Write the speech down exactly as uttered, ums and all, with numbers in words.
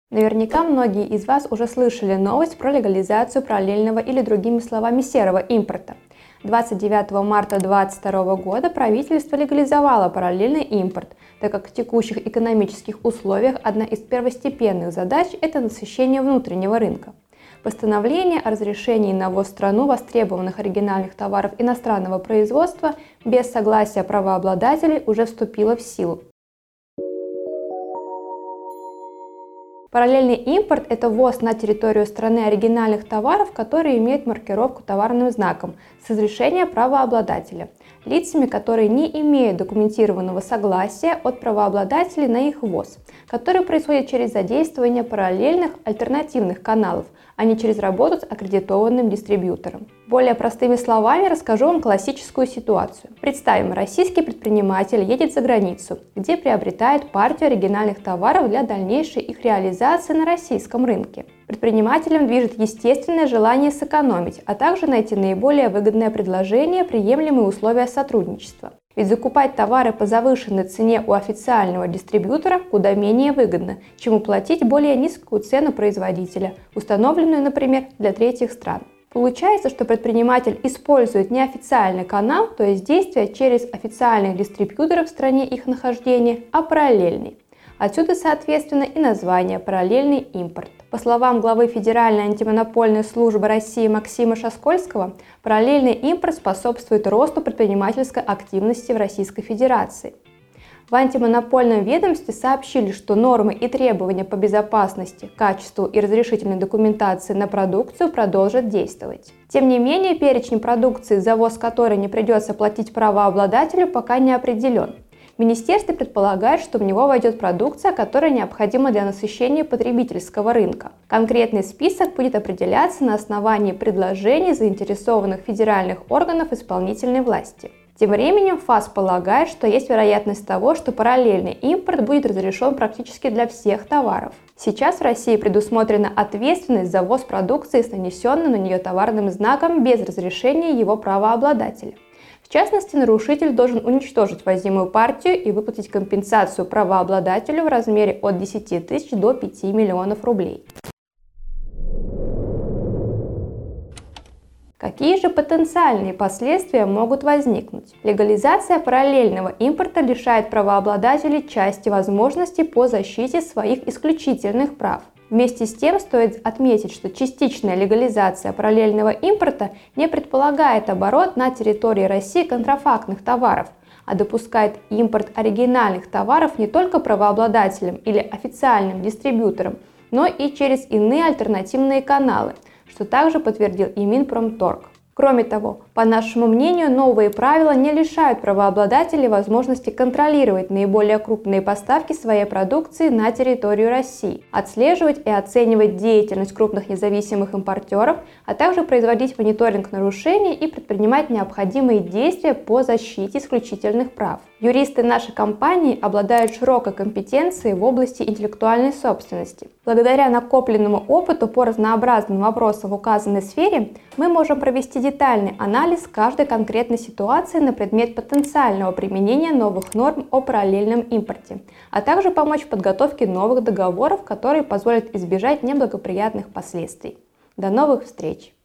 Наверняка многие из вас уже слышали новость про легализацию параллельного или, другими словами, серого импорта. двадцать девятого марта две тысячи двадцать второго года правительство легализовало параллельный импорт, так как в текущих экономических условиях одна из первостепенных задач – это насыщение внутреннего рынка. Постановление о разрешении на ввоз в страну востребованных оригинальных товаров иностранного производства без согласия правообладателей уже вступило в силу. Параллельный импорт – это ввоз на территорию страны оригинальных товаров, которые имеют маркировку товарным знаком с разрешения правообладателя, лицами, которые не имеют документированного согласия от правообладателей на их ввоз, который происходит через задействование параллельных альтернативных каналов, а не через работу с аккредитованным дистрибьютором. Более простыми словами расскажу вам классическую ситуацию. Представим, российский предприниматель едет за границу, где приобретает партию оригинальных товаров для дальнейшей их реализации на российском рынке. Предпринимателем движет естественное желание сэкономить, а также найти наиболее выгодное предложение, приемлемые условия сотрудничества. Ведь закупать товары по завышенной цене у официального дистрибьютора куда менее выгодно, чем уплатить более низкую цену производителя, установленную, например, для третьих стран. Получается, что предприниматель использует не официальный канал, то есть действия через официальных дистрибьюторов в стране их нахождения, а параллельный. Отсюда, соответственно, и название «параллельный импорт». По словам главы Федеральной антимонопольной службы России Максима Шаскольского, параллельный импорт способствует росту предпринимательской активности в Российской Федерации. В антимонопольном ведомстве сообщили, что нормы и требования по безопасности, качеству и разрешительной документации на продукцию продолжат действовать. Тем не менее, перечень продукции, за ввоз которой не придется платить правообладателю, пока не определен. Министерство предполагает, что в него войдет продукция, которая необходима для насыщения потребительского рынка. Конкретный список будет определяться на основании предложений заинтересованных федеральных органов исполнительной власти. Тем временем ФАС полагает, что есть вероятность того, что параллельный импорт будет разрешен практически для всех товаров. Сейчас в России предусмотрена ответственность за ввоз продукции с нанесенным на нее товарным знаком без разрешения его правообладателя. В частности, нарушитель должен уничтожить ввозимую партию и выплатить компенсацию правообладателю в размере от десяти тысяч до пяти миллионов рублей. Какие же потенциальные последствия могут возникнуть? Легализация параллельного импорта лишает правообладателей части возможностей по защите своих исключительных прав. Вместе с тем стоит отметить, что частичная легализация параллельного импорта не предполагает оборот на территории России контрафактных товаров, а допускает импорт оригинальных товаров не только правообладателям или официальным дистрибьюторам, но и через иные альтернативные каналы, что также подтвердил и Минпромторг. Кроме того, по нашему мнению, новые правила не лишают правообладателей возможности контролировать наиболее крупные поставки своей продукции на территорию России, отслеживать и оценивать деятельность крупных независимых импортеров, а также производить мониторинг нарушений и предпринимать необходимые действия по защите исключительных прав. Юристы нашей компании обладают широкой компетенцией в области интеллектуальной собственности. Благодаря накопленному опыту по разнообразным вопросам в указанной сфере мы можем провести детальный анализ каждой конкретной ситуации на предмет потенциального применения новых норм о параллельном импорте, а также помочь в подготовке новых договоров, которые позволят избежать неблагоприятных последствий. До новых встреч!